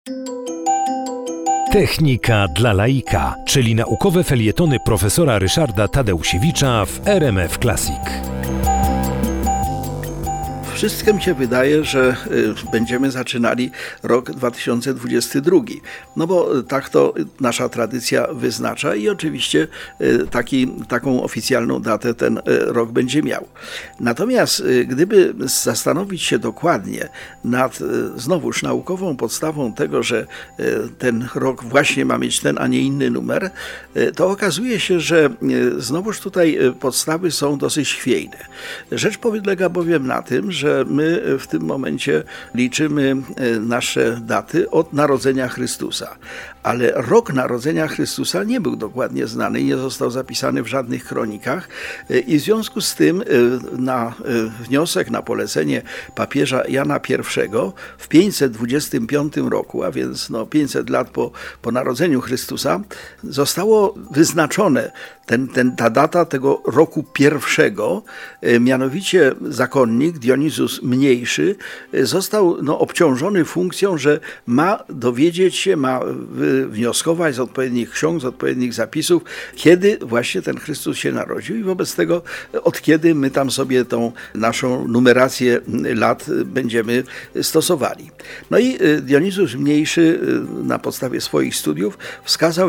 Technika dla laika, czyli naukowe felietony profesora Ryszarda Tadeusiewicza w RMF Classic. Wszystkim się wydaje, że będziemy zaczynali rok 2022, no bo tak to nasza tradycja wyznacza i oczywiście taką oficjalną datę ten rok będzie miał. Natomiast gdyby zastanowić się dokładnie nad znowuż naukową podstawą tego, że ten rok właśnie ma mieć ten, a nie inny numer, to okazuje się, że znowuż tutaj podstawy są dosyć chwiejne. Rzecz polega bowiem na tym, że my w tym momencie liczymy nasze daty od narodzenia Chrystusa. Ale rok narodzenia Chrystusa nie był dokładnie znany i nie został zapisany w żadnych kronikach i w związku z tym na wniosek, na polecenie papieża Jana I w 525 roku, a więc 500 lat po narodzeniu Chrystusa, zostało wyznaczone ta data tego roku pierwszego, mianowicie zakonnik Dionizus Mniejszy został obciążony funkcją, że ma dowiedzieć się, ma wnioskować z odpowiednich ksiąg, z odpowiednich zapisów, kiedy właśnie ten Chrystus się narodził i wobec tego od kiedy my tam sobie tą naszą numerację lat będziemy stosowali. No i Dionizus Mniejszy na podstawie swoich studiów wskazał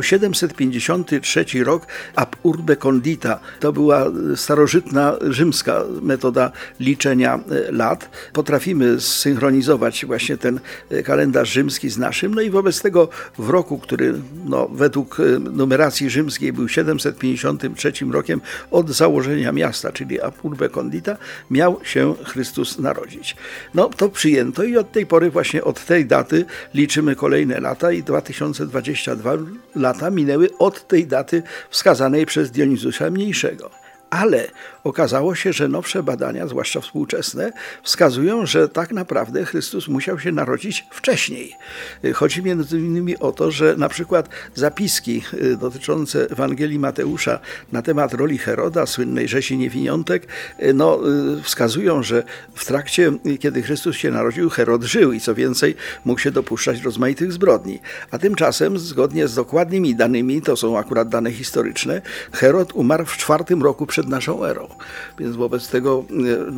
753 rok ab urbe condita. To była starożytna rzymska metoda liczenia lat. Potrafimy zsynchronizować właśnie ten kalendarz rzymski z naszym, no i wobec tego w roku, który według numeracji rzymskiej był 753 rokiem od założenia miasta, czyli ab urbe condita, miał się Chrystus narodzić. To przyjęto i od tej pory właśnie od tej daty liczymy kolejne lata i 2022 lata minęły od tej daty wskazanej przez Dionizusa Mniejszego. Ale okazało się, że nowsze badania, zwłaszcza współczesne, wskazują, że tak naprawdę Chrystus musiał się narodzić wcześniej. Chodzi między innymi o to, że na przykład zapiski dotyczące Ewangelii Mateusza na temat roli Heroda, słynnej rzezi niewiniątek, wskazują, że w trakcie, kiedy Chrystus się narodził, Herod żył i co więcej, mógł się dopuszczać rozmaitych zbrodni. A tymczasem, zgodnie z dokładnymi danymi, to są akurat dane historyczne, Herod umarł w 4. roku przed naszą erą. Więc wobec tego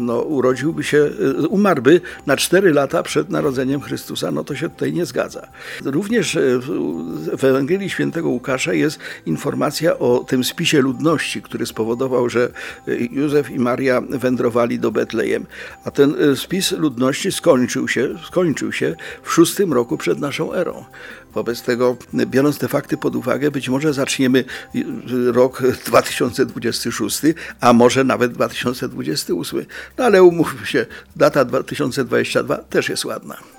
umarłby na 4 lata przed narodzeniem Chrystusa, to się tutaj nie zgadza. Również w Ewangelii Świętego Łukasza jest informacja o tym spisie ludności, który spowodował, że Józef i Maria wędrowali do Betlejem. A ten spis ludności skończył się w 6. roku przed naszą erą. Wobec tego, biorąc te fakty pod uwagę, być może zaczniemy rok 2026, a może nawet 2028. Ale umówmy się, data 2022 też jest ładna.